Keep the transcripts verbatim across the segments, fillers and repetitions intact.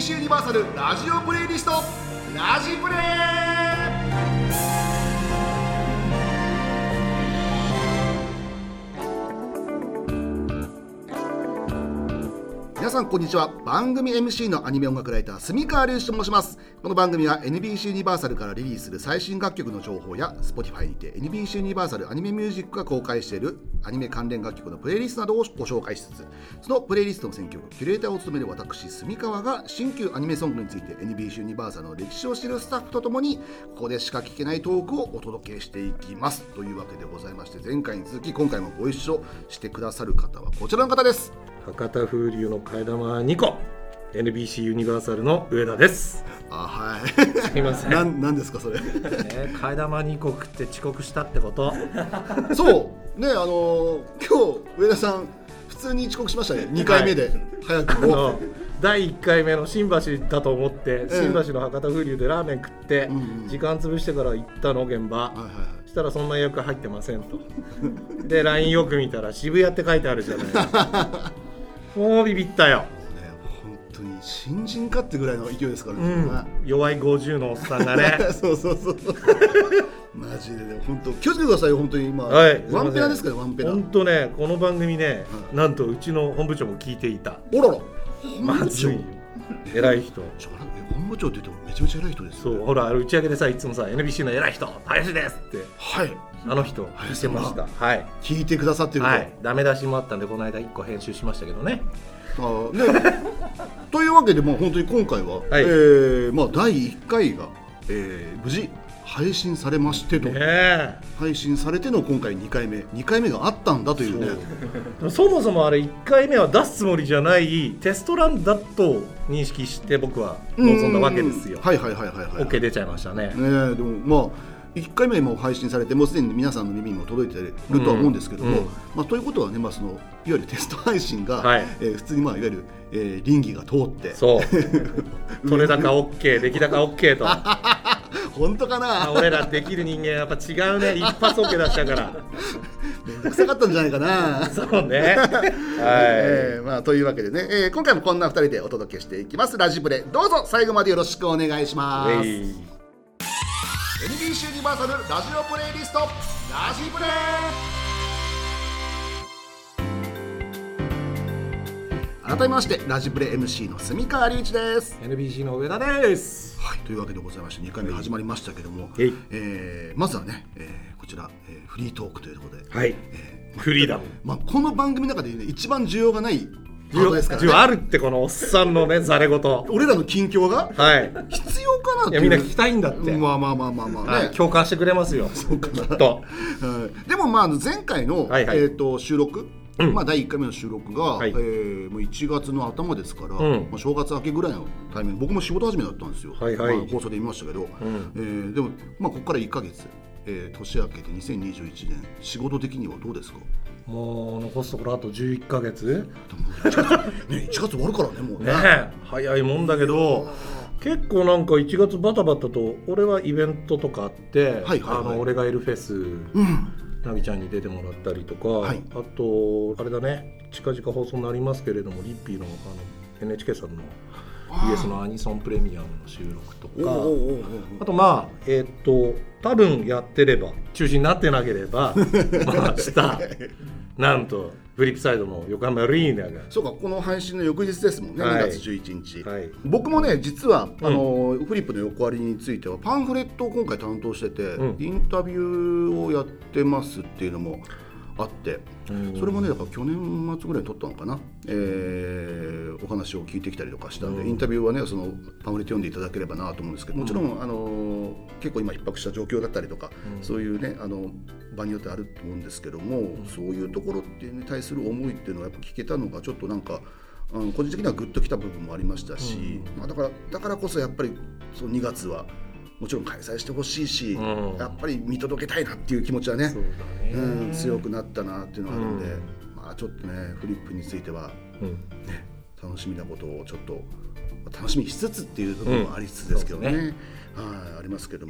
シー ユニバーサルラジオプレイリストラジプレ。皆さんこんにちは。番組 エムシー のアニメ音楽ライター住川隆史と申します。この番組は エヌビーシー ユニバーサルからリリースする最新楽曲の情報や Spotify にて エヌビーシー ユニバーサルアニメミュージックが公開しているアニメ関連楽曲のプレイリストなどをご紹介しつつ、そのプレイリストの選曲キュレーターを務める私住川が新旧アニメソングについて エヌビーシー ユニバーサルの歴史を知るスタッフとともにここでしか聞けないトークをお届けしていきますというわけでございまして、前回に続き今回もご一緒してくださる方はこちらの方です。 博多風流の替え玉にこ エヌビーシー ユニバーサルの上田です。 あ、はい。 すいません。 ななんですかそれ。 ね、替え玉にこ食って遅刻したってこと。 そうね、あのー、今日上田さん普通に遅刻しましたね。にかいめで、はい、早くもだいいっかいめの新橋だと思って、新橋の博多風流でラーメン食って、うんうん、時間潰してから行ったの現場、はいはいはい、したらそんな予約入ってませんとで ライン よく見たら渋谷って書いてあるじゃないもうビビったよ、ね、 本当に新人かってぐらいの勢いですからね、 うん、弱いごじゅうのおっさんがねそうそうそうマジでね、本当気をつけてくださいよ。本当に今、 はい、 ワンペナですから、ワンペナ。 本当ね、この番組ね、はい、なんとうちの本部長も聞いていた。 おらら、 まずい偉い人。 本部長って言ってもめちゃめちゃ偉い人ですよ、ね。 そう、ほら打ち上げでさ、いつもさ エヌビーシー の偉い人林ですって、 はい、 あの人聞いてました。はい、 聞いてくださってると、はい、 ダメ出しもあったんでこの間いっこ編集しましたけどね。 あねというわけで、まあ、本当に今回は、はい、えーまあ、だいいっかいが、えー、無事配信されましてと、ね、配信されての今回にかいめにかいめがあったんだというね。 そ, そもそもあれいっかいめは出すつもりじゃないテストランだと認識して僕は臨んだわけですよ。 はいはいはいはいはい、 OK 出ちゃいましたね。 ね、でもまあいっかいめも配信されてもうすでに皆さんの耳にも届いているとは思うんですけども、うんうん、まあ、ということはね、まあ、そのいわゆるテスト配信が、はい、えー、普通に、まあ、いわゆる、えー、倫理が通ってそう取れ高 OK 出来高 OK と本当かな。 俺らできる人間やっぱ違うね。一発 OK 出したからめんどくさかったんじゃないかなそうね、はい、 えーまあ、というわけでね、えー、今回もこんなふたりでお届けしていきます。ラジプレ、どうぞ最後までよろしくお願いします。エヌビーシー ユニバーサルラジオプレイリストラジプレ。改めましてラジプレ エムシー の住川隆一です。 エヌビーシー の上田です。 はい、というわけでございましてにかいめ始まりましたけども、えー、まずはね、えー、こちら、えー、フリートークということで、 はい、えー、フリーダム、 まあ、この番組の中で、ね、一番需要がないパートですからね。 需要あるってこのおっさんのねざれ言俺らの近況が、 はい、 必要かなっていう。 いやみんな聞きたいんだって。 まあまあまあまあまあ、ね、 はい、共感してくれますよそうかなと、 はい、でもまあ前回の、はいはい、えー、と収録、うん、まあ、だいいっかいめの収録が、はい、えー、もういちがつの頭ですから、うん、まあ、正月明けぐらいのタイミング、僕も仕事始めだったんですよ、はいはい、まあ、放送で見ましたけど、うん、えー、でも、まあ、ここからいっかげつ、えー、年明けてにせんにじゅういちねん、仕事的にはどうですか？ もう残すところあとじゅういっかげついちがつ、ね、いちがつ終わるからね、もうね。 ね、早いもんだけど結構なんかいちがつバタバタと俺はイベントとかあって、はいはいはい、あの俺がいるフェス、うん、ナビちゃんに出てもらったりとか、はい、あとあれだね、近々放送になりますけれどもリッピーの、あの エヌエイチケー さんの ビーエス のアニソンプレミアムの収録とか、あとまあえー、っと多分やってれば中止になってなければまあ明日なんとフリップサイドの横浜アリーナが、 そうか、この配信の翌日ですもんね、はい、にがつじゅういちにち、はい、僕もね実はあの、うん、フリップの横ありについてはパンフレットを今回担当してて、うん、インタビューをやってますっていうのもあって、それもねだから去年末ぐらいに撮ったのかな、えー、お話を聞いてきたりとかしたんで、インタビューはねそのパンフレット読んでいただければなと思うんですけど、もちろんあの結構今逼迫した状況だったりとか、うん、そういうねあの場によってあると思うんですけども、うん、そういうところってに対する思いっていうのはやっぱ聞けたのがちょっとなんか、うん、個人的にはグッときた部分もありましたし、うん、まあ、だからだからこそやっぱりそのにがつはもちろん開催してほしいし、うん、やっぱり見届けたいなっていう気持ちは ね, そうだね、うん、強くなったなっていうのがあるんで、うん、まあ、ちょっとねフリップについては、うんね、楽しみなことをちょっと楽しみしつつっていう部分もありつつですけどね、うん、そうですね、はい、ありますけども、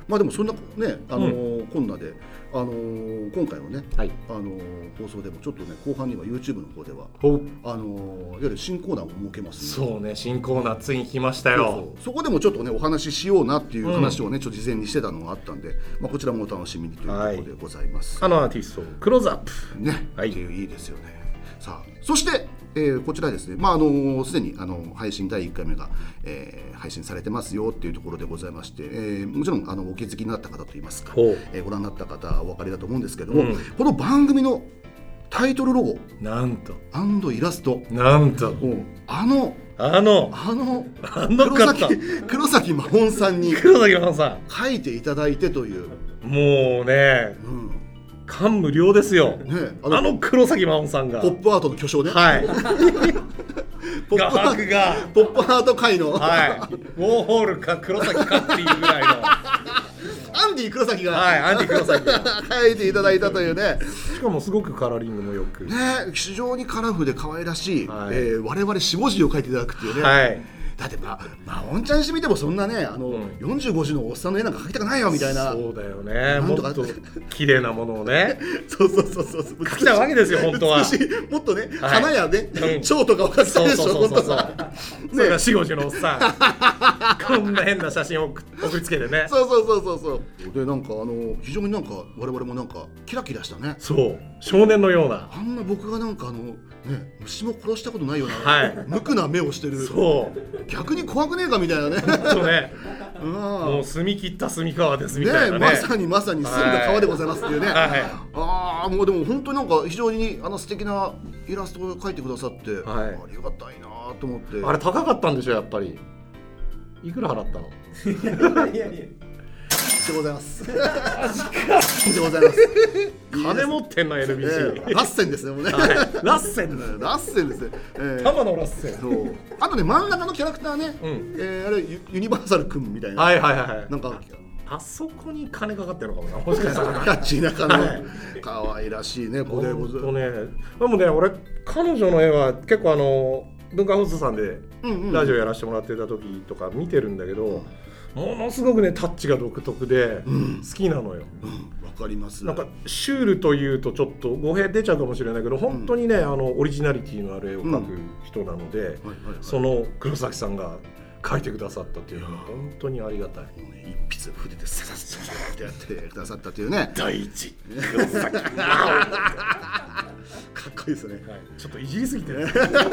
まあでもそんなね、あのーうん、こんなで、あのー、今回のね、はい、あのー、放送でもちょっとね後半には YouTube の方ではあのー、いわゆる新コーナーも設けますので、そうね、新コーナーついに来ましたよ。 そうそう、そこでもちょっとねお話ししようなっていう話をね、うん、ちょっと事前にしてたのがあったんで、まあ、こちらもお楽しみにというところでございます、 はい、あのアーティストクローズアップね、はい、っていういいですよね。さあそしてえー、こちらですね、まああのすでにあの配信だいいっかいめが、えー、配信されてますよっていうところでございまして、えー、もちろんあのお気づきになった方といいますか、えー、ご覧になった方はお分かりだと思うんですけども、うん、この番組のタイトルロゴなんとアンドイラストなんとあのあのあのあの黒崎黒崎真音さんに黒崎真音さん書いていただいてという、 もうね、うん、感無量ですよ、ね、あの、あの黒崎真音さんがポップアートの巨匠ね、 はいポップアートがポップアート界の、 はい、ウォーホールか黒崎かっていうぐらいのアンディ黒崎が、 はい、アンディ黒崎が書いていただいたというね。 しかもすごくカラーリングもよくね、非常にカラフルで可愛らしい、はい、えー、我々し文字を書いていただくっていうね、 はい、 だってまあおんちゃんしてみてもそんなね、あの、うん、よんじゅうごじのおっさんの絵なんか描きたくないよみたいな。 そうだよね、もっと綺麗なものをねそうそうそうそう描きたいわけですよ本当は。 もっとね、はい、花やね、うん、蝶とかを描きたいでしょ。 そうそうそうそうそうそれからしごじのおっさんこんな変な写真を送りつけてね。 そうそうそうそうそうで、なんかあの非常になんか我々もなんかキラキラしたね。 そう少年のような、 あんな僕がなんかあのね、虫も殺したことないような、 はい、 無垢な目をしてる。 そう逆に怖くねえかみたいなね。 そうね、うん、もう澄み切った澄川ですみたいなね、 まさにまさに澄んだ川でございますっていうね、はいはい、ああもうでも本当になんか非常にあの素敵なイラストを描いてくださって、はい、ありがたいなと思って。 あれ高かったんでしょやっぱり。いくら払ったの？いやいやいやでございますでございます金持ってんの エヌビーシー、 えー、ラッセンですねもうね、 はい、ラッセンラッセンですね、 えー、玉のラッセン。 そうあとね真ん中のキャラクターね、うん、えー、あれ ユ, ユニバーサル君みたいな、 はいはいはい、 なんかあそこに金かかってるのかもな、もしかしたらキャッチーな感じ、はい、可愛らしいねこれございますね。でもね俺彼女の絵は結構あの文化放送さんでラジオやらせてもらってた時とか見てるんだけど、うん、ものすごくねタッチが独特で好きなのよ、うんうん、わかります。 なんかシュールというとちょっと語弊出ちゃうかもしれないけど本当にね、うん、あのオリジナリティのある絵を描く人なので、うんはいはいはい、その黒崎さんが描いてくださったっていうのは本当にありがたい。 一筆筆でササササってやってくださったっていうね。 第一黒崎かっこいいですね、 はい、ちょっといじりすぎてね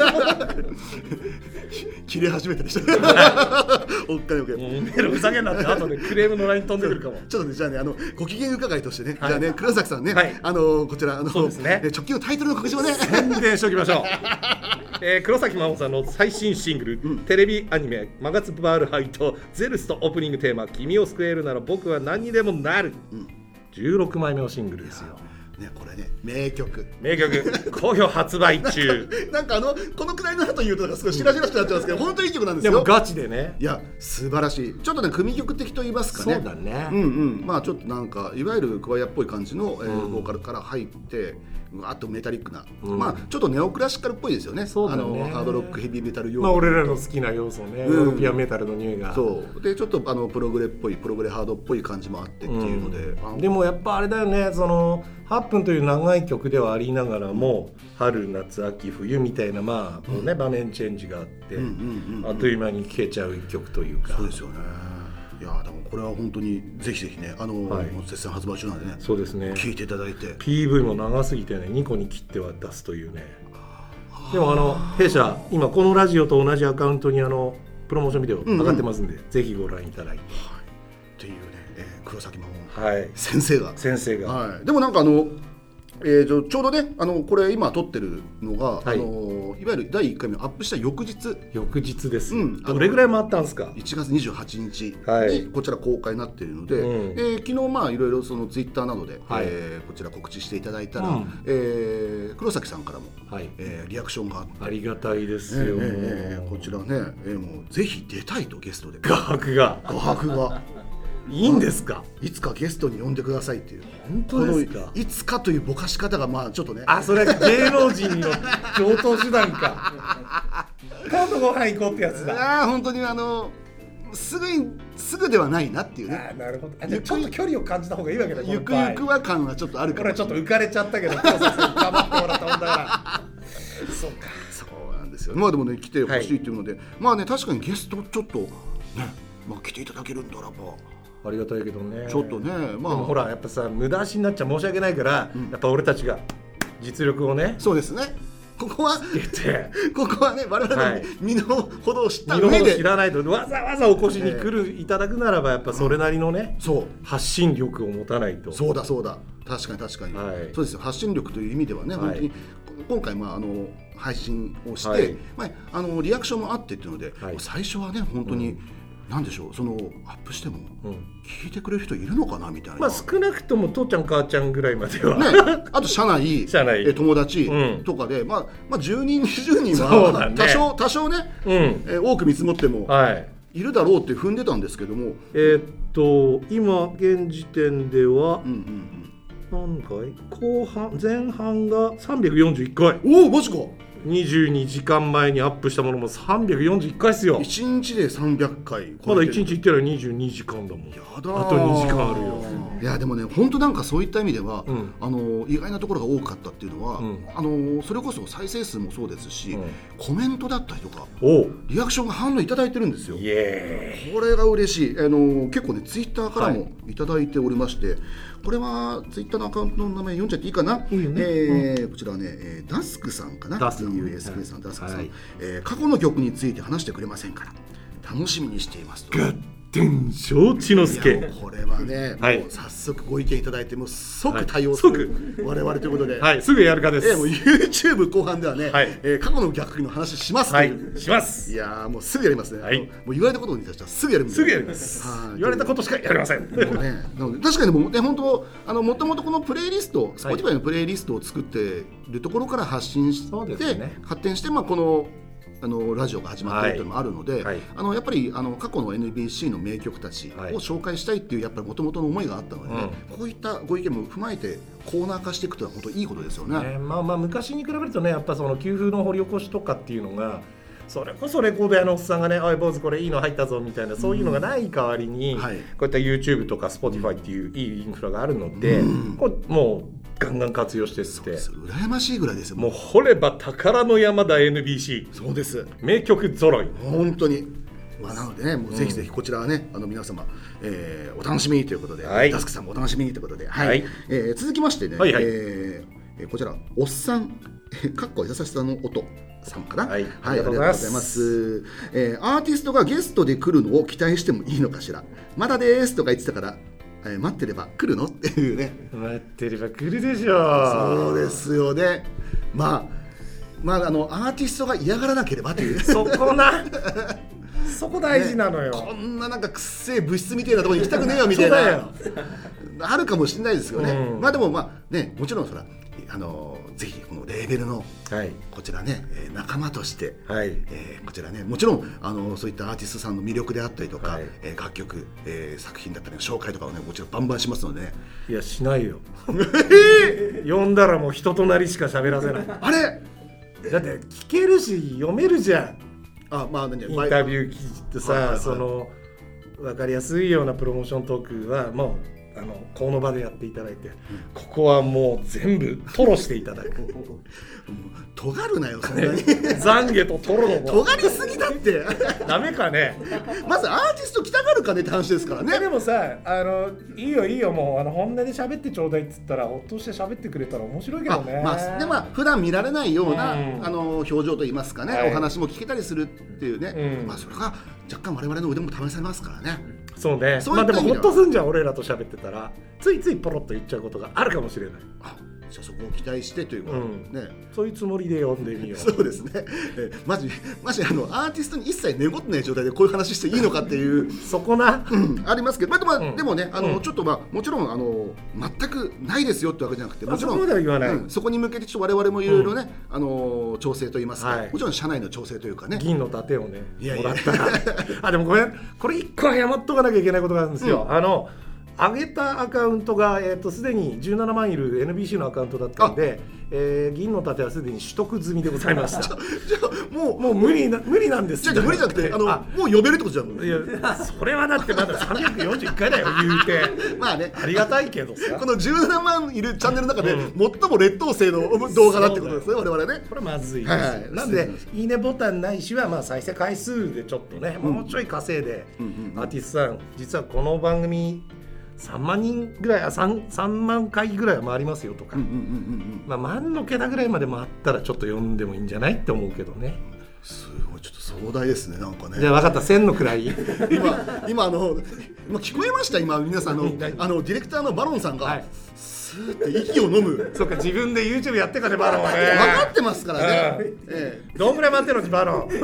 切れ始めてる人おっかいおっかいもうメールふざけんなって後でクレームのライン飛んでくるかもちょっとねじゃあねあのご機嫌伺いとしてね、はい、じゃあね黒崎さんね、はい、あのこちらあのそうですね直近のタイトルの告知をね宣伝しておきましょうえー、黒崎真音さんの最新シングル、うん、テレビアニメマガツバールハイトゼルストオープニングテーマ君を救えるなら僕は何にでもなる、うん、じゅうろくまいめのシングルですよね、これね名曲名曲好評発売中なんかあのこのくらいの後言うとすごいしらじらしくなっちゃうんですけど、うん、本当にいい曲なんですよ。 でもガチでねいや素晴らしい。ちょっとね組曲的と言いますかね。 そうだねうんうんまあちょっとなんかいわゆるクワイアっぽい感じの、えーうん、ボーカルから入ってあとメタリックな、うん、まあちょっとネオクラシカルっぽいですよね。 そうだねあのハードロックヘビーメタル要素、 まあ、俺らの好きな要素ね、うん、ヨーロピアンメタルの匂いがそうでちょっとあのプログレっぽいプログレハードっぽい感じもあってっていうので、 うん、でもやっぱあれだよねそのはっぷんという長い曲ではありながらも春夏秋冬みたいなまあこうね、うん、場面チェンジがあって、うんうんうんうん、あっという間に聴けちゃう一曲というか。 そうですよね。いやでもこれは本当にぜひぜひねあの、はい、絶賛発売中なんでねそうですね聴いていただいてピーブイ も長すぎてねにこに切っては出すというね。でもあの弊社今このラジオと同じアカウントにあのプロモーションビデオ上がってますんで、うんうん、ぜひご覧いただいて、はい、 っていうね、えー、黒崎真音、 はい、 先生が先生が、 はい、でもなんかあのえー、ちょうどねあのこれ今撮ってるのが、はい、あのいわゆるだいいっかいめアップした翌日翌日です、うん、どれぐらい回ったんですか。 いちがつにじゅうはちにちにこちら公開になっているので、はいうんえー、昨日まあいろいろそのツイッターなどで、はいえー、こちら告知していただいたら、うんえー、黒崎さんからも、はいえー、リアクションがあってありがたいですよ、 えーえー、こちらね、えー、もうぜひ出たいとゲストで画伯が画伯がいいんですか。 いつかゲストに呼んでくださいっていう本当ですか。 いつかというぼかし方がまあちょっとねあそれは芸能人の上等手段か今度ご飯行こうってやつだ。 あ本当にあのすぐにすぐではないなっていうね。 あ、なるほど。あ、じゃあちょっと距離を感じた方がいいわけだ。 ゆくゆくは感はちょっとあるかもしれない。 これちょっと浮かれちゃったけど、頑張ってもらったもんだからそうか、 そうなんですよ。まあでもね、来てほしいっていうので、はい、まあね、確かにゲストちょっとね、まあ、来ていただけるんだらばありがたいけどね。ちょっとね、まあほらやっぱさ、無駄足になっちゃ申し訳ないから、うん、やっぱ俺たちが実力をね。 そうですね。ここはここはね、我々の身の程を知った上で、 身の程を知らないとわざわざお越しに来る、えー、いただくならばやっぱそれなりのね、うん、そう発信力を持たないと。 そうだそうだ、確かに確かに、はい、そうですよ。発信力という意味ではね、はい、本当に今回まああの配信をして、はい、まあ、あのリアクションもあってっていうので、はい、最初はね本当に、うん、なんでしょう、そのアップしても聞いてくれる人いるのかなみたいな、 まあ、少なくとも父ちゃん母ちゃんぐらいまでは、 ね、あと社内社内え友達とかで、うん、まあまあ、じゅうにんにじゅうにんは、ね、多少多少ね、うん、え多く見積もっても、はい、いるだろうって踏んでたんですけども、 えー、っと今現時点では、うんうんうん、何回後半前半がさんびゃくよんじゅういっかい。 おお、マジか。 にじゅうにじかんまえにアップしたものもさんびゃくよんじゅういっかいですよ。 いちにちでさんびゃっかい。 まだいちにちいってらにじゅうにじかんだもん。やだ、あとにじかんあるよ。 いやでもね、本当なんかそういった意味では、うん、あの意外なところが多かったっていうのは、うん、あのそれこそ再生数もそうですし、うん、コメントだったりとかリアクションが反応いただいてるんですよ。イエーイ、これが嬉しい。あの結構ね、ツイッターからもいただいておりまして、はい、これはツイッターのアカウントの名前読んじゃっていいかな。いいよね。えーうん、こちらはね、えー、ダスクさんかな。ダスク ディーユーエスケー さん、はい、ダスクさん、はい、えー、過去の曲について話してくれませんから楽しみにしていますと。 ガッテン承知の助。 これはね、はい、もう早速ご意見いただいて、もう即対応する、はい、我々ということで、 はい、すぐやるかです。 えー、もう YouTube 後半ではね、はい、えー、過去の逆の話しますという、 はい、します。 いやもうすぐやりますね、はい、もう言われたことに対してはすぐやるんです。 すぐやります。言われたことしかやりません。もう、 ね、確かにもう、ね、本当あのもともとこのプレイリスト、Spotify のプレイリストを作っているところから発信して、ね、発展して、まあ、このあのラジオが始まっているというのもあるので、はいはい、あのやっぱりあの過去の エヌビーシー の名曲たちを紹介したいっていうやっぱり元々の思いがあったので、ね、うん、こういったご意見も踏まえてコーナー化していくというのは本当にいいことですよね。 ね、まあ、まあ昔に比べるとね、やっぱその給付の掘り起こしとかっていうのが、それこそレコード屋のおっさんがね、おい坊主これいいの入ったぞみたいな、そういうのがない代わりに、うん、はい、こういった YouTube とか Spotify っていういいインフラがあるので、うん、こうもうガンガン活用してって、 羨ましいぐらいですよ。 もう掘れば宝の山だ エヌビーシー。 そうです、 名曲揃い本当に。まあ、なのでね、もうぜひぜひこちらはね、うん、あの皆様、えー、お楽しみにということで、はい、ダスクさんもお楽しみにということで、はいはい、えー、続きましてね、はいはい、えー、こちらおっさんかっこ優しさの音さんかな、はい、はい、ありがとうございます。えー、アーティストがゲストで来るのを期待してもいいのかしら。まだですとか言ってたからえー、待ってれば来るのっていうね。 待ってれば来るでしょ。 そうですよね。まあ、まあ、あのアーティストが嫌がらなければというそこなそこ大事なのよ、 ね、こんななんかくっせえ物質みたいなところに行きたくねえよみたいなあるかもしれないですけどね、うん、まあでもまあね、もちろんそらあのぜひこのレーベルの、はい、こちらね、えー、仲間として、はい、えー、こちらね、もちろんあのそういったアーティストさんの魅力であったりとか、はい、えー、楽曲、えー、作品だったりの紹介とかをね、もちろんバンバンしますのでね。 いやしないよ呼んだらもう人となりしか喋らせない。 あれだって聞けるし読めるじゃん。 あ、まあ、ね、 インタビュー記事ってさ、はいはいはい、その分かりやすいようなプロモーショントークはもうあのこの場でやっていただいて、うん、ここはもう全部吐露していただく尖るなよそんなに懺悔とトロの尖りすぎだってダメかね。 まずアーティスト来たがるかねって話ですからね。 でもさ、あのいいよいいよ、もうあの本音で喋ってちょうだいっつったらほっとして喋ってくれたら面白いけどね。 まあ、でまあ普段見られないような、うん、あの表情といいますかね、はい、お話も聞けたりするっていうね、うん、まあそれが若干我々の腕も試されますからね。 そうね。そういった意味では、まあでもほっとすんじゃん、俺らと喋ってたらついついポロッと言っちゃうことがあるかもしれない。 あ、じゃあそこを期待してというか、うん、ね、 そういうつもりで読んでみよう。 そうですね。えマジマジあのアーティストに一切寝言ってない状態でこういう話していいのかっていうそこな、 うん、ありますけど、まあ、まあうん、でもね、あの、うん、ちょっとまあもちろんあの全くないですよってわけじゃなくて、もちろんそ, こは言わない、 うん、そこに向けてちょっと我々もいろいろね、うん、あの調整といいますか、はい、もちろん社内の調整というかね、 銀の盾をねいやいやもらったらあ、でもごめん、これ一個謝っとかなきゃいけないことがあるんですよ、うん、あの上げたアカウントが、えー、とすでにじゅうななまんいる エヌビーシー のアカウントだったので、えー、銀の盾はすでに取得済みでございました。じゃあもうもう無理な無理なんです。 じゃあ無理じゃなくてあのあもう呼べるってことじゃん。 いやそれはだってまださんびゃくよんじゅういっかいだよ言うてまあねありがたいけどさ、 このじゅうななまんいるチャンネルの中で、うん、最も劣等生の動画だってことですね我々ね。 これまずいです、はいはい、なんでいいねボタンないしは、まあ、再生回数でちょっとね、うん、もうちょい稼いで、うんうんうん、アーティストさん実はこの番組さんまんにんぐらい 3, さんまんかいぐらいは回りますよとか、うんうんうんうん、まあ万の桁ぐらいまで回ったらちょっと読んでもいいんじゃないって思うけどね。 すごいちょっと壮大ですねなんかね。 じゃあ分かったせんの位今今あの今聞こえました今皆さんのあのディレクターのバロンさんが、はい、スーって息を飲む。 そうか自分で YouTube やってからねバロンはね分かってますからね、 ええ、どんぐらい待ってるのバロンに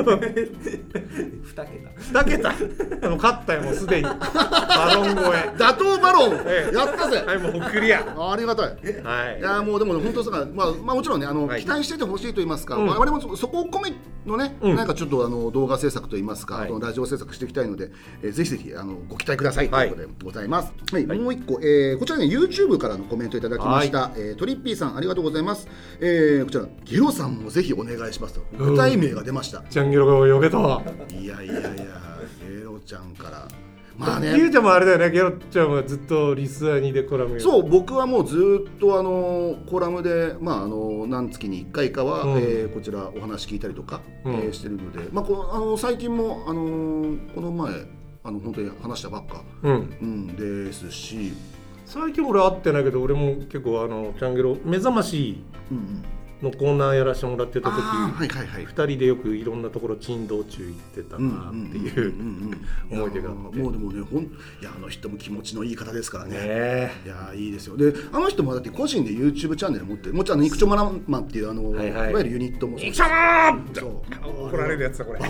桁に桁もう勝ったよもうすでにバロン超え打倒バロン、ええ、やったぜ。 はいもうクリアあ, ありがたい、はい、いやもうでも本当さ、まあ、まあもちろんねあの、はい、期待しててほしいと言いますか、うん、我々もそこを込めのね、うん、なんかちょっとあの動画制作と言いますか、はい、ラジオ制作していきたいので、えー、ぜひぜひあのご期待くださいということでございます。はいはい、もう一個、えー、こちらね YouTube からのコメントいただきました、はいえー、トリッピーさんありがとうございます。えー、こちらゲロさんもぜひお願いしますと具体名が出ました。 ちゃんゲロが呼べたわ。 いやいやいやゲロちゃんからまあね、 ゆうちゃんもあれだよね、ゲロちゃんはずっとリスアニでコラム。 そう、僕はもうずっとあのコラムで、まあ、あの何月にいっかいかは、うんえー、こちらお話聞いたりとか、うんえー、してるので、まあ、こあの最近もあのこの前あの本当に話したばっか、うんうん、ですし、 最近俺会ってないけど俺も結構あのチャンゲロ目覚ましのコーナーやらせてもらってた時、はいはいはい、ふたりでよくいろんなところ珍道中行ってたなっていう思い出があって、 もうでもねほんいやあの人も気持ちのいい方ですからね。ねいやいいですよ。であの人もだって個人で YouTube チャンネル持ってもちろんニクチョマラマンっていうあの、はいはい、いわゆるユニットもニクチョマーそう怒られるやつだこれ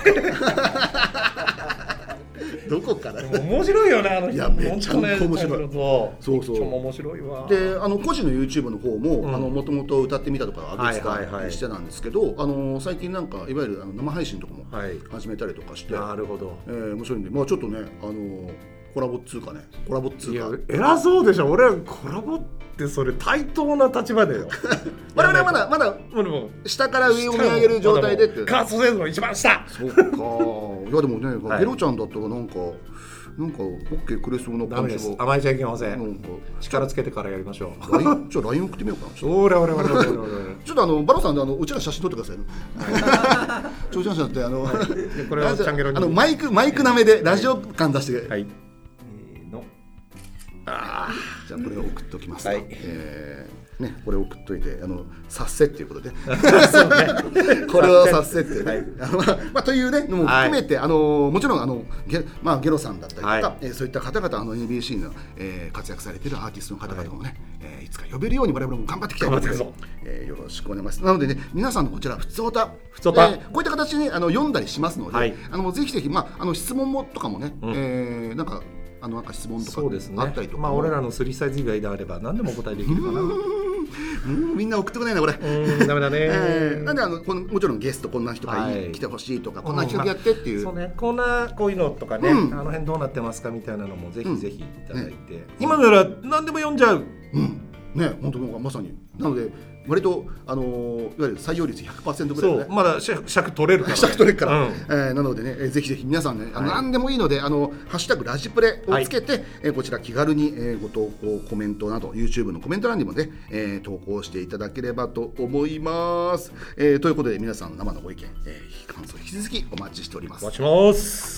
どこから面白いよねあの人。 いやめちゃめちゃ面白い。 そうそう面白いわ。 であの個人の YouTube の方ももともと歌ってみたとか上げてたしてなんですけど、あの最近なんかいわゆるあの生配信とかも始めたりとかして、 はい、なるほど、 えー、面白いんで、まあちょっとねあのコラボっつうかねコラボっつうか。 いや偉そうでしょ。俺はコラボってそれ対等な立場だよ我々はまだまだ下から上を見上げる状態でってカーストセールの一番下。 そうかいやでもね、はい、ゲロちゃんだったらなんかなんか OK くれそうな感じが。 甘えちゃいけません。なんか力つけてからやりましょう。 じゃあ ライン 送ってみようかな。 それ俺俺俺俺ちょっとあのバロさんあのうちら写真撮ってくださいね。長者ってあの、はい、 これはチャンゲロにあのマイクマイクなめでラジオ感出して。はい。のあじゃあこれを送っておきます。はい。えーね、これ送っといてあの察せっていうことでそうね、これを察せって、はいあのまあまあ、というねのも含めて、はい、あのもちろんあの ゲ,、まあ、ゲロさんだったりとか、はいえー、そういった方々あの エヌビーシー の、えー、活躍されているアーティストの方々もね、はいえー、いつか呼べるように我々も頑張っていきたいと思います、えー、よろしくお願いします。なのでね皆さんのこちらふつおたふつおた、えー、こういった形で、ね、あの読んだりしますので、はい、あのぜひぜひ、まあ、あの質問もとかもね、うんえー、なんかあのなんか質問とかあったりとか、 ねまあ、俺らのスリーサイズ以外であれば何でもお答えできるかな。 うんみんな送ってこないなこれ。 うんダメだね、 えー、なんであのこのもちろんゲストこんな人が、はい、来てほしいとかこんな企画やってっていう、うんまあ、 そうねこんなこういうのとかね、うん、あの辺どうなってますかみたいなのもぜひぜひいただいて、うんね、今なら何でも読んじゃう。 うんね本当にまさになので割と、あのー、いわゆる採用率 ひゃくパーセント ぐらい、ね、 そうまだ尺取れるから、ね、 尺取れるから、うんえー、なのでね、えー、ぜひぜひ皆さんね、はい、あの何でもいいのであのハッシュタグラジプレをつけて、はいえー、こちら気軽に、えー、ご投稿コメントなど YouTube のコメント欄にもね、えー、投稿していただければと思います、えー、ということで皆さん生のご意見、えー、感想引き続きお待ちしております。 お待ちします。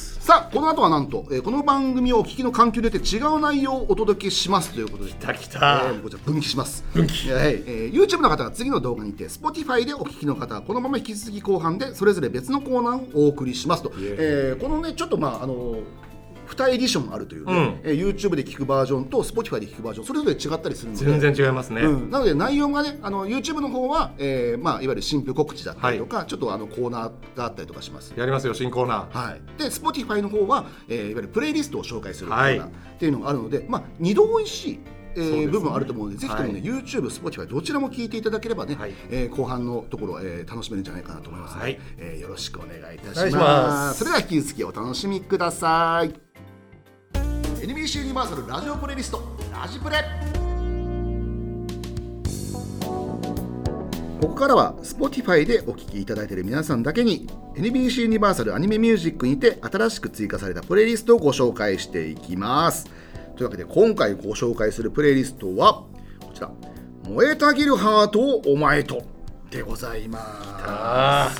さあこの後はなんと、えー、この番組をお聞きの環境で違う内容をお届けしますということできたきた、 えー、こちら分岐します分岐、 えーえー、YouTube の方は次の動画にて Spotify でお聞きの方はこのまま引き続き後半でそれぞれ別のコーナーをお送りしますと、えー、このねちょっとまああのにエディションあるという、ねうんえー、YouTube で聞くバージョンと Spotify で聞くバージョンそれぞれ違ったりするので全然違いますね、 うん、なので内容がねあの YouTube の方は、えーまあ、いわゆる新婦告知だったりとか、はい、ちょっとあのコーナーがあったりとかしますやりますよ新コーナー、 はい、で Spotify の方は、えー、いわゆるプレイリストを紹介するコーナーっていうのがあるので、はいまあ、二度おいしいえーね、部分あると思うのでぜひともね、はい、YouTube、Spotify どちらも聞いていただければね、はいえー、後半のところ、えー、楽しめるんじゃないかなと思いますので、はいえー、よろしくお願いいたします。お願いします。それでは引き続きお楽しみください。エヌビーシー ユニバーサルラジオプレイリストラジプレ。ここからは Spotify でお聴きいただいている皆さんだけに エヌビーシー ユニバーサルアニメミュージックにて新しく追加されたプレイリストをご紹介していきます。というわけで今回ご紹介するプレイリストはこちら、燃えたぎるハートをお前とでございます。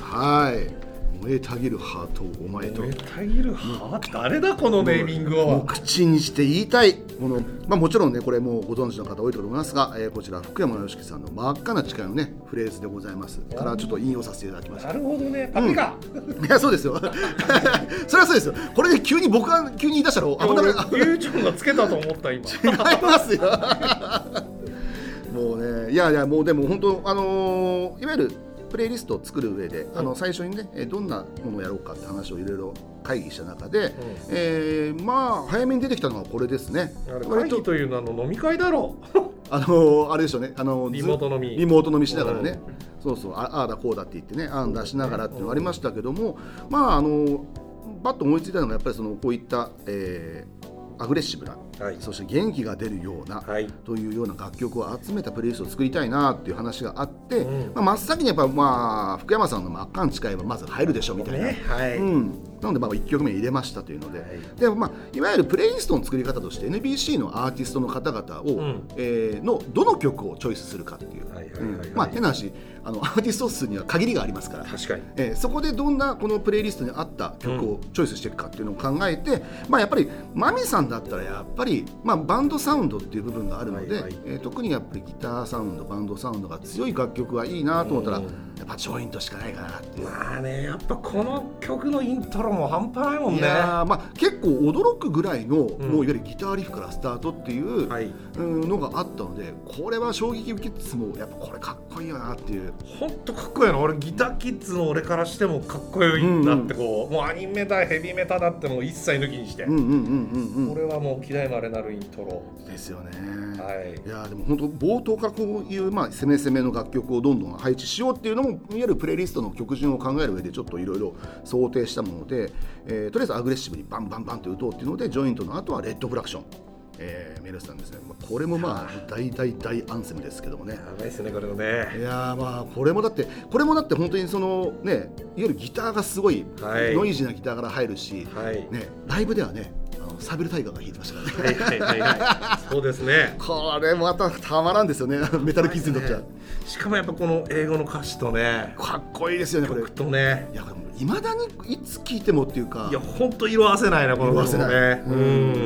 はい、燃えたぎるハートをお前と。 燃えたぎるハート、誰だこのネーミングを。 もう口にして言いたいもの、まあ、もちろんねこれもうご存知の方多いと思いますが、えー、こちら福山良樹さんの真っ赤な誓いのねフレーズでございますからちょっと引用させていただきました。 なるほどね、パピカ、 うん、いやそうですよそれはそうですよ。これで急に僕が急に言い出したら危ない。 ゆうちゃんがつけたと思った今。 違いますよもうね、いやいやもうでも本当あのー、いわゆるプレイリストを作る上で、うん、あの最初にねどんなものをやろうかって話をいろいろ会議した中で、うん、えー、まあ早めに出てきたのはこれですね。 あれ会議というのはの飲み会だろうあのあれでしょうね、あのリモート飲みリモート飲みしながらね、うん、そうそうああだこうだって言ってね案出しながらっていうのがありましたけども、まああのバッと思いついたのがやっぱりそのこういった、えー、アグレッシブな、はい、そして元気が出るような、はい、というような楽曲を集めたプレイリストを作りたいなっていう話があって、うん、まあ、真っ先にやっぱ、まあ、福山さんの真っ赤に誓いはまず入るでしょみたいな、ね、はい、うん、なのでまあいっきょくめ入れましたというので、はい、でまあ、いわゆるプレイリストの作り方として エヌビーシー のアーティストの方々を、うん、えー、のどの曲をチョイスするかっていう、まあ変な話、あのアーティスト数には限りがありますから、 確かに、 えー、そこでどんなこのプレイリストに合った曲をチョイスしていくかっていうのを考えて、うん、まあ、やっぱりマミさんだったらやっぱり、まあ、バンドサウンドっていう部分があるので、はいはい、えー、特にやっぱりギターサウンドバンドサウンドが強い楽曲がいいなと思ったら、うん、やっぱジョイントしかないかなっていう。まあね、 やっぱこの曲のイントロも半端ないもんね。 いや、まあ、結構驚くぐらいの、うん、もういわゆるギターリフからスタートっていう、はい、のがあったので、これは衝撃キッズもやっぱこれかっこいいよなっていう。 ほんとかっこいいな。俺ギターキッズの俺からしてもかっこいいなってこう、うんうん、もうアニメだヘビメタだってもう一切抜きにして、うんうんうんうん、これはもう嫌いまれなるイントロですよね。 はい、 いやでも本当冒頭からこういう、まあ、攻め攻めの楽曲をどんどん配置しようっていうのもいわゆるプレイリストの曲順を考える上でちょっといろいろ想定したもので、えー、とりあえずアグレッシブにバンバンバンと打とうっていうのでジョイントの後はレッドフラクション、えー、メルスさんですね。これもまあ大大大アンセムですけどもね。やばいですねこれもね。 いやまあこれもだってこれもだって本当にそのねいわゆるギターがすごい、はい、ノイジーなギターから入るし、はい、ね、ライブではねサビルタイガーが弾いてましたからね。はいはいはいはい、 そうですね。 これまたたまらんですよねメタルキッズにとっては、ね、 しかもやっぱこの英語の歌詞とねかっこいいですよねこれ。 曲とね、いやいまだにいつ聴いてもっていうか、 いや本当色あせないなこの曲もね、うん、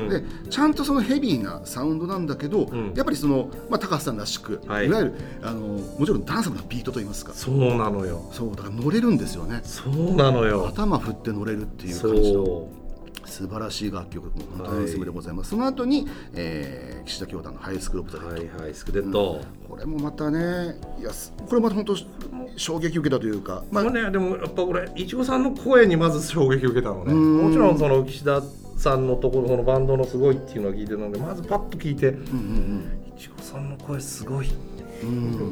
でちゃんとそのヘビーなサウンドなんだけど、うん、やっぱりその、まあ、高橋さんらしく、はい、いわゆるあのもちろんダンサブなビートといいますか、 そうなのよ。 そうだから乗れるんですよね。 そうなのよ。 頭振って乗れるっていう感じの素晴らしい楽曲、本当にアンセムでございます。はい、その後に、えー、岸田教団のハイスクールオブザデッド、 はいはい、スクデッド、うん、 これもまたね、いやこれまた本当衝撃受けたというか、 まあね、でもやっぱこれいちごさんの声にまず衝撃受けたのね。もちろんその岸田さんのところこのバンドのすごいっていうのを聞いてたので、まずパッと聞いて、うんうんうん、いちごさんの声すごい、うん、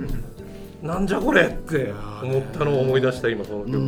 なんじゃこれって思ったのを思い出した今この曲、うん、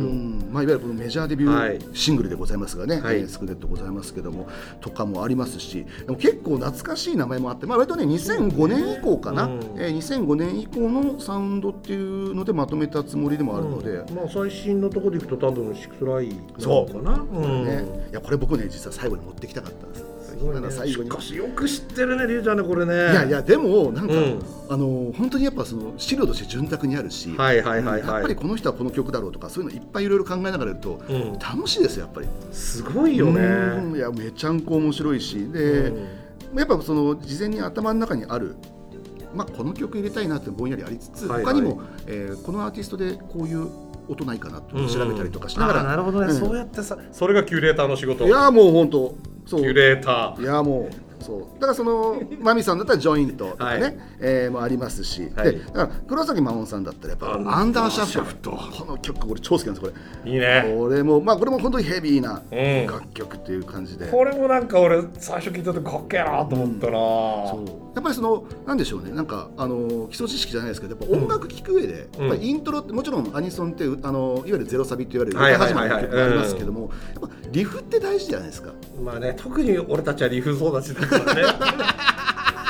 まあ、いわゆるこのメジャーデビューシングルでございますがね、はい、えー、スクデッドございますけどもとかもありますし、でも結構懐かしい名前もあって、まあ、割とねにせんごねん以降かな、うん、えー、にせんごねん以降のサウンドっていうのでまとめたつもりでもあるので、 うん、まあ、最新のところでいくと多分シックスライなのかな。そう、うん、 ね、いやこれ僕ね実は最後に持ってきたかったんです。 すごいね、最後にしかしよく知ってるねりゅうちゃんねこれね。いやいやでもなんか、うん、あの本当にやっぱその資料として潤沢にあるし、はいはいはいはい、やっぱりこの人はこの曲だろうとかそういうのいっぱいいろいろ考えながらやると、うん、楽しいですよやっぱり。 すごいよね。 うん、いやめちゃんこ面白いしで、うん、やっぱその事前に頭の中にある、まあ、この曲入れたいなってぼんやりありつつ、はいはい、他にも、えー、このアーティストでこういう音ないかなって調べたりとかしながら、 うんうん、あなるほどね、うん、そうやってさ、それがキュレーターの仕事。 いやもう本当そうキュレーター、 いやもうそうだからそのマミさんだったらジョイントとかね、はい、えー、もありますし、はい、でだから黒崎真音さんだったらやっぱアンダーシャフト、この曲俺超好きなんですこれ。 いいね。 これもまあこれも本当にヘビーな楽曲っていう感じで、 うん、これもなんか俺最初聞いた時かっけえなと思ったな、うん、 そうやっぱりそのなんでしょうね、なんかあの基礎知識じゃないですけどやっぱ音楽聴く上で、うん、やっぱイントロってもちろんアニソンってあのいわゆるゼロサビって言われる歌始まりの曲がありますけども、やっぱリフって大事じゃないですか。 まあね、特に俺たちはリフ育ちだからね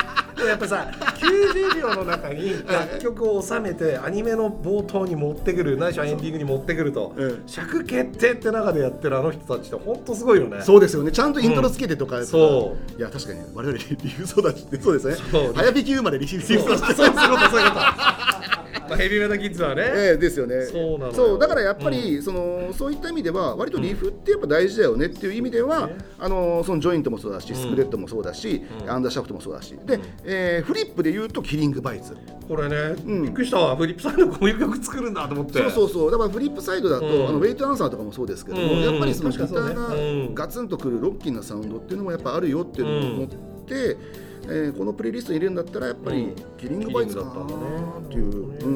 やっぱさきゅうじゅうびょうの中に楽曲を収めてアニメの冒頭に持ってくるないしはエンディングに持ってくると、うん、尺決定って中でやってるあの人たちって本当すごいよね。 そうですよね。ちゃんとイントロつけてとか、うん、 そういや確かに我々リフ育ちってそうですね。早引き生まれリフ育ちってそうそうそういうことそういうことまあ、ヘビーメタキッズはね、 えー、ですよね。 そうなのよ。 そうだからやっぱり、うん、そのそういった意味では割とリフってやっぱ大事だよねっていう意味では、うん、あのそのジョイントもそうだし、スプレッドもそうだし、うん、アンダーシャフトもそうだし、で、うんえー、フリップで言うとキリングバイツ。 これね、うん、びっくりしたわ。フリップサイドこういう曲作るんだと思って。 そうそうそう。だからフリップサイドだと、うん、あのウェイトアンサーとかもそうですけども、うん、やっぱりそのギターがガツンとくるロッキーなサウンドっていうのもやっぱあるよっていうのを思って。うんえー、このプレイリストに入れるんだったらやっぱりキリングバイツかなっていう、うんうん、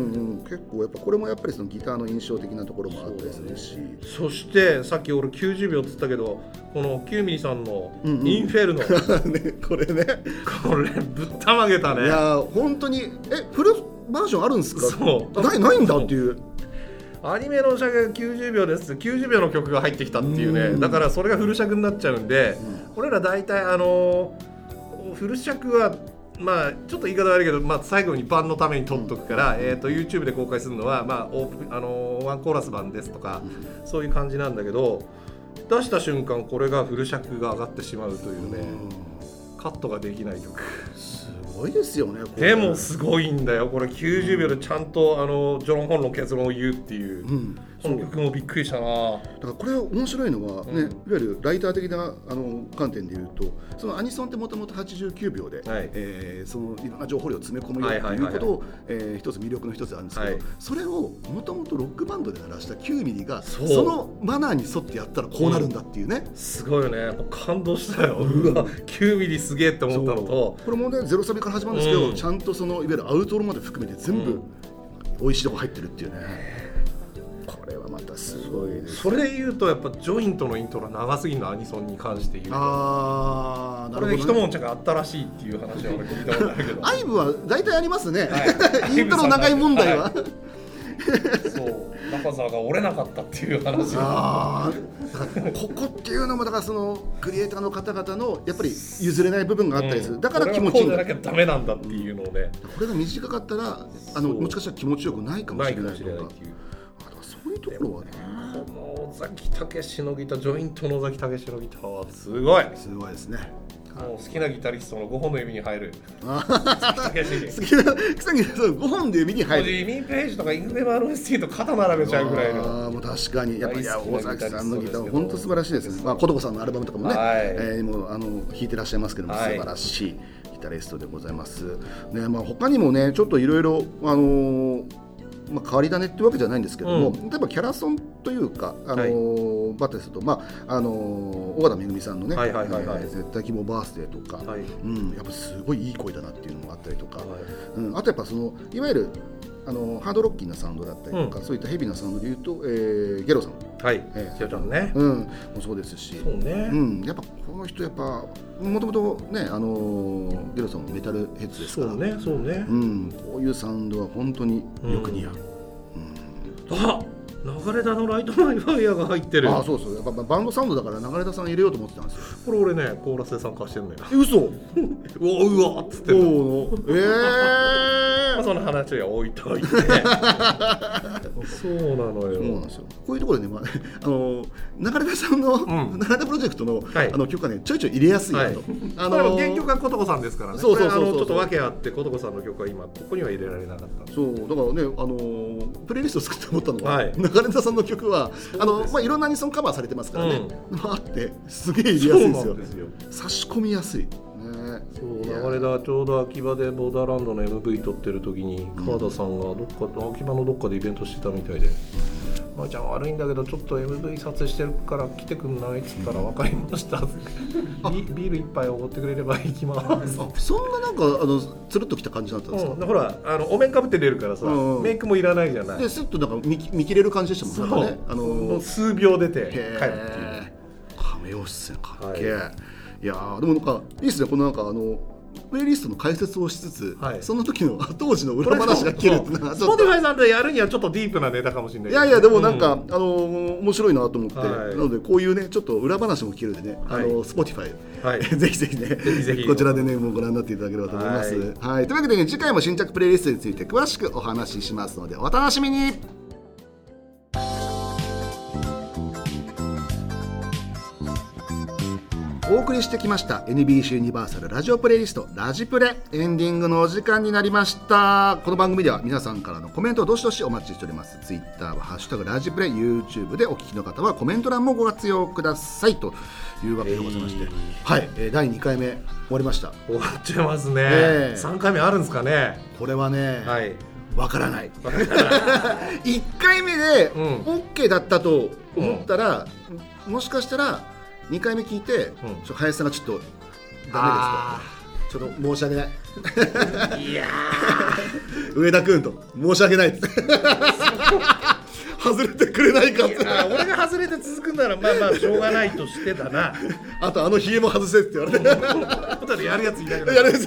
結構やっぱこれもやっぱりそのギターの印象的なところもあったりするし、 そ,、ね、そしてさっき俺きゅうじゅうびょうって言ったけどこのきゅうミリさんのインフェルノ、 うんうん、ね、これねこれぶったまげたね。 いや本当にえフルバージョンあるんですか。 そうないないんだっていう。 アニメの尺がきゅうじゅうびょうですきゅうじゅうびょうの曲が入ってきたっていうね。だからそれがフル尺になっちゃうんで、うん、俺ら大体あのフル尺はまあちょっと言い方悪いけど、まあ、最後に版のために撮っとくから、うんえー、と YouTube で公開するのは、まあオープンあのー、ワンコーラス版ですとか、うん、そういう感じなんだけど出した瞬間これがフル尺が上がってしまうというね、うん、カットができない曲。 すごいですよね。これでもすごいんだよこれきゅうじゅうびょうでちゃんとあのジョン・ホンの結論を言うっていう、うん、この曲もびっくりしたな。だからこれ面白いのは、ねうん、いわゆるライター的なあの観点で言うとそのアニソンってもともとはちじゅうきゅうびょうで、はいえー、そのいろんな情報量を詰め込むよということを一つ魅力の一つあるんですけど、はい、それをもともとロックバンドで鳴らしたきゅうミリが そ, そのマナーに沿ってやったらこうなるんだっていうね、 うん、すごいよね。感動したよ、うん、うわきゅうミリすげえって思ったのとこれもねゼロサビから始まるんですけど、うん、ちゃんとそのいわゆるアウトロまで含めて全部美味しいとこ入ってるっていうね。これはまたすごいです。 それで言うとやっぱジョイントのイントロ長すぎるのアニソンに関して言うとあこれで一悶着あったらしいっていう話は俺聞いたことあるけどアイブは大体ありますね、はい、イントロ長い問題は、はい、 そう中澤が折れなかったっていう話あここっていうのもだからそのクリエイターの方々のやっぱり譲れない部分があったりする、うん、だから気持ちいいんだ。 これはこうじゃなきゃダメなんだっていうのをね、 これが短かったらあのもしかしたら気持ちよくないかもしれないとか、そういうところはね。 この尾崎武のギタージョイントの尾崎武のギターはすごいすごいですね。 もう好きなギタリストのごほんの指に入る好きなごほんで指に入るジミー・ページとかイングベマ・アルスティと肩並べちゃうぐらいの。 あもう確かにやっぱり尾崎さんのギターは本当素晴らしいですね。まあ、琴子さんのアルバムとかもね、はいえー、もうあの弾いてらっしゃいますけども、はい、素晴らしいギタリストでございます、ねまあ、他にもねちょっといろいろあのーまあ、変わり種っていうわけじゃないんですけども、うん、例えばキャラソンというか、あのーはい、バッテスと、まああのー、小形めぐみさんのね、はいはいはいはい、絶対希望バースデーとか、はいうん、やっぱすごいいい声だなっていうのもあったりとか、はいうん、あとやっぱそのいわゆるあのハードロッキーなサウンドだったりとか、うん、そういったヘビーなサウンドでいうと、えー、ゲロさん、 はいえー、ゲロちゃんね、 うん、もそうですし、 そうね、 うん、やっぱこの人やっぱもともとねあのー、ゲロさんもメタルヘッズですから、 そうねそうね、 うん、こういうサウンドは本当によく似合う。うんあ流れ田のライトマイファイアが入ってる。 あそうそうやっぱバンドサウンドだから流れ田さん入れようと思ってたんですよ。 これ俺ねコーラスで参加してるんだよ。 え嘘うわうわっつってるの。 おえーまあその話は置いといてそうなのよ。 そうなんですよ。こういうところでね、まあ、あの流れ田さんの、うん、流れ田プロジェクトの、はい、あの曲がねちょいちょい入れやすいなと、はい、 あの原曲は琴子さんですからね。そうそうそうそう、ちょっと訳あって琴子さんの曲は今ここには入れられなかった。 そうだからねあのプレイリストを作って思ったのは、はい、流れ田さんの曲はあの、まあ、いろんなアニソンカバーされてますからね、うん、あってすげえ入れやすいんですよ。ですよ差し込みやすい、ね、 そう流れ田ちょうど秋葉でボーダーランドの エムブイ 撮ってる時に川田さんがどっか、うん、秋葉のどっかでイベントしてたみたいで、まあ、じゃあ悪いんだけどちょっと エムブイ 撮影してるから来てくんないっつったら分かりましたビ, ビール一杯おごってくれれば行きますそんななんかあのつるっときた感じだったんですか、 うん、ほらあのお面かぶって出るからさ、うん、メイクもいらないじゃないでスッとなんか 見, 見切れる感じでしたもんね。あのー、数秒出て帰るっていうカメオ出演かっけえ、はい、いやでもなんかいいですねこのなんかあのプレイリストの解説をしつつ、はい、その時の当時の裏話が聞けるっていうのはスポティファイさんでやるにはちょっとディープなネタかもしれない、 ね、いやいやでもなんか、うん、あの面白いなと思って、はい、なのでこういうねちょっと裏話も聞けるんでね、はい、あのスポティファイはい、ぜひぜひねぜひぜひこちらでねもうご覧になっていただければと思います、はいはい、というわけで、ね、次回も新着プレイリストについて詳しくお話ししますのでお楽しみに。お送りしてきました エヌビーシー ユニバーサルラジオプレイリストラジプレ、エンディングのお時間になりました。この番組では皆さんからのコメントをどしどしお待ちしております。ツイッターはハッシュタグラジプレ、 YouTube でお聞きの方はコメント欄もご活用くださいというわけでございまして、えー、はい、えー、だいにかいめ終わりました。 終わっちゃいますね、えー、さんかいめあるんですかね。 これはね、はい、わからないいっかいめで OK だったと思ったら、うん、もしかしたらにかいめ聞いて、うん、ちょ林さんがちょっとダメですと、ちょっと申し訳ないいや上田君と申し訳ないです外れてくれないかって。 俺が外れて続くならまあまあしょうがないとしてだなあとあのヒゲも外せって言われてホタルやるやついないからやるやつ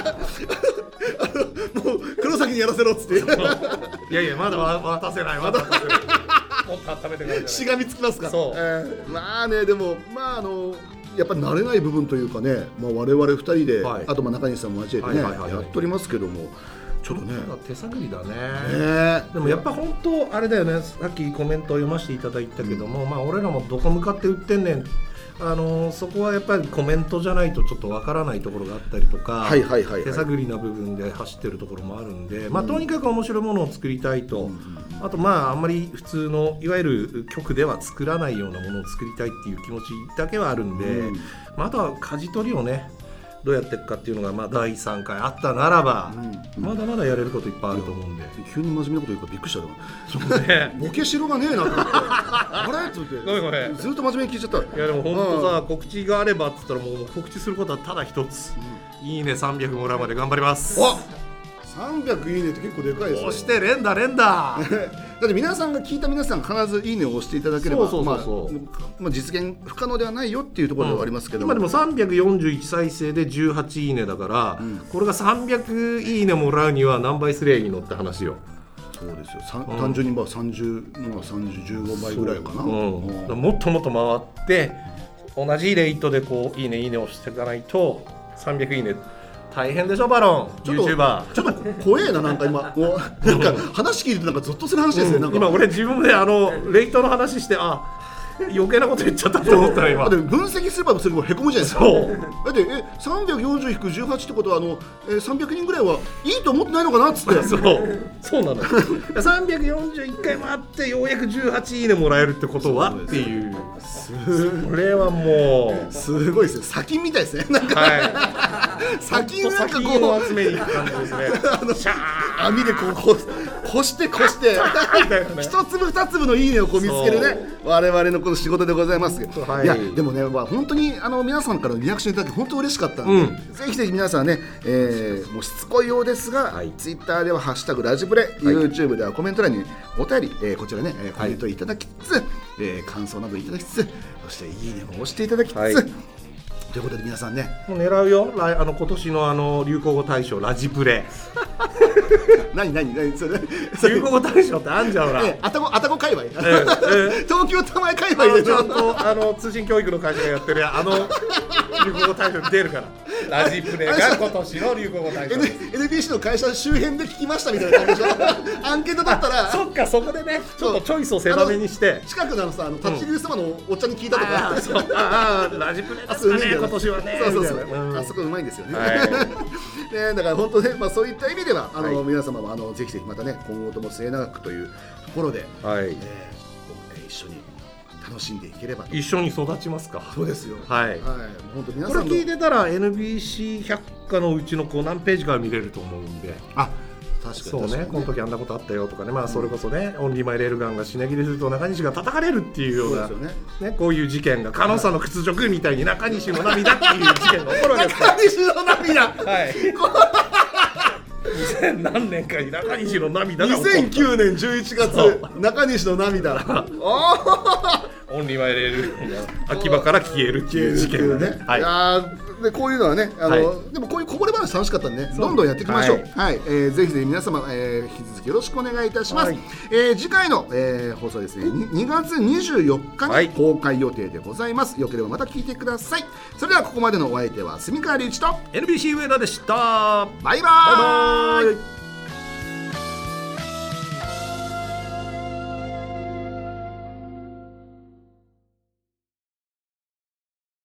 もう黒崎にやらせろっつっていやいやまだ渡せないまだ渡せないもっと温めてくれるしがみつきますか。そう、えー、まあねでもまああのやっぱり慣れない部分というかね、まあ、我々ふたりで、はい、あとまあ中西さんも交えてね、はいはいはいはい、やっておりますけどもちょっとね手探りだね、ねでもやっぱ本当あれだよね、さっきコメントを読ませていただいたけども、うん、まあ俺らもどこ向かって売ってんねん、あのー、そこはやっぱりコメントじゃないとちょっとわからないところがあったりとか、はいはいはいはい、手探りな部分で走ってるところもあるんで、まあ、とにかく面白いものを作りたいと、うん、あとまああんまり普通のいわゆる局では作らないようなものを作りたいっていう気持ちだけはあるんで、うんまあ、あとは舵取りをねどうやっていくかっていうのがまあだいさんかいあったならば、うん、まだまだやれることいっぱいあると思うんで、 急に真面目なこと言うからびっくりしたよそうねボケしろがねえなと思ってあれっつってごめんごめんずっと真面目に聞いちゃった。 いやでも本当さ、告知があればっつったらもう告知することはただ一つ、うん、いいねさんびゃくもらうまで頑張ります。 あさんびゃくいいねって結構でかいですよ。 押して連打連打だって皆さんが聞いた皆さん必ずいいねを押していただければ実現不可能ではないよっていうところではありますけど、うん、 今でもさんびゃくよんじゅういち再生でじゅうはちいいねだから、うん、これがさんびゃくいいねもらうには何倍すりゃいいのって話よ。 そうですよ、うん、単純にまあさんじゅう、まあ、さんじゅう、じゅうごばいぐらいかな、 うんうん、もっともっと回って同じレートでこういいねいいね押していかないとさんびゃくいいね大変でしょバロン YouTuber ちょっと怖えななんか今もうなんか話聞いてなんかゾッとする話ですね、うん、なんか今俺自分であのレートの話してあ余計なこと言っちゃったと思ったら今だって分析すればそれもへこむじゃないですか。そうだってえさんびゃくよんじゅう引くじゅうはちってことはあの、えー、さんびゃくにんぐらいはいいと思ってないのかなっつってそうそうなのさんびゃくよんじゅういっかい回ってようやくじゅうはちいいねもらえるってことはっていうそれはもうすごいですね、砂金みたいですねなんか、はい、砂金なんかこう集めに行く感じですねあのシャー網でこうここしてこして一粒二粒のいいねをこう見つけるね我々のこの仕事でございます、はい、いやでもね、まあ、本当にあの皆さんからのリアクションいただき本当嬉しかったんで、うん、ぜひぜひ皆さんね、えー、もうしつこいようですが、はい、ツイッターではハッシュタグラジプレ、はい、YouTube ではコメント欄にお便り、えー、こちらね、えー、コメントいただきつつ、はいえー、感想などいただきつつそしていいねも押していただきつつ、はいということで皆さんねもう狙うよあの今年のあの流行語大賞ラジプレ何何何それ流行語大賞ってあんじゃんほら、 ええ、あたごあたご界隈、ええ、東京玉井界隈でちゃんとあの通信教育の会社がやってるあの流行語大賞に出るからラジプレが今年の流行語大賞 N エヌビーシー の会社周辺で聞きましたみたいな感じでアンケートだったらそっかそこでねちょっとチョイスを狭めにして近くのさあの立ち食い様のおっちゃんに聞いたとか、 うん、あ, そうあラジプレですかね今年はねそうそうそう、うん、あそこうまいんですよね、はい、ねだから本当ね、まあ、そういった意味ではあの、はい、皆様もあのぜひぜひまたね今後とも末永くというところで、はいえー、一緒に楽しんでいければ一緒に育ちますか。 そうですよ、 はい、はい、 本当皆さんこれ聞いてたら エヌビーシー百科のうちのこう何ページから見れると思うんであ確かにそうね、この時あんなことあったよとかね、まあ、それこそね、うん、オンリーマイレールガンが品切れすると中西が叩かれるっていうようなそうですよね、ね、こういう事件が加納さんの屈辱みたいに中西の涙っていう事件が起こるわけですから中西の涙はいにせん何年かに中西の涙がにせんきゅうねんじゅういちがつ中西の涙オンリーマイレール秋葉から消えるっていう事件がね、 はい、いやでこういうのはねあの、はい、でもこういうこぼれ話話楽しかったんでね、どんどんやっていきましょう。はい、はい、えー、ぜひぜひ皆様、えー、引き続きよろしくお願いいたします。はい、えー、次回の、えー、放送はですね、にがつにじゅうよっかに公開予定でございます。はい、よければまた聞いてください。それではここまでのお相手は住川隆一とエヌビーシー 上田でした。 バイバーイ。バイバーイ。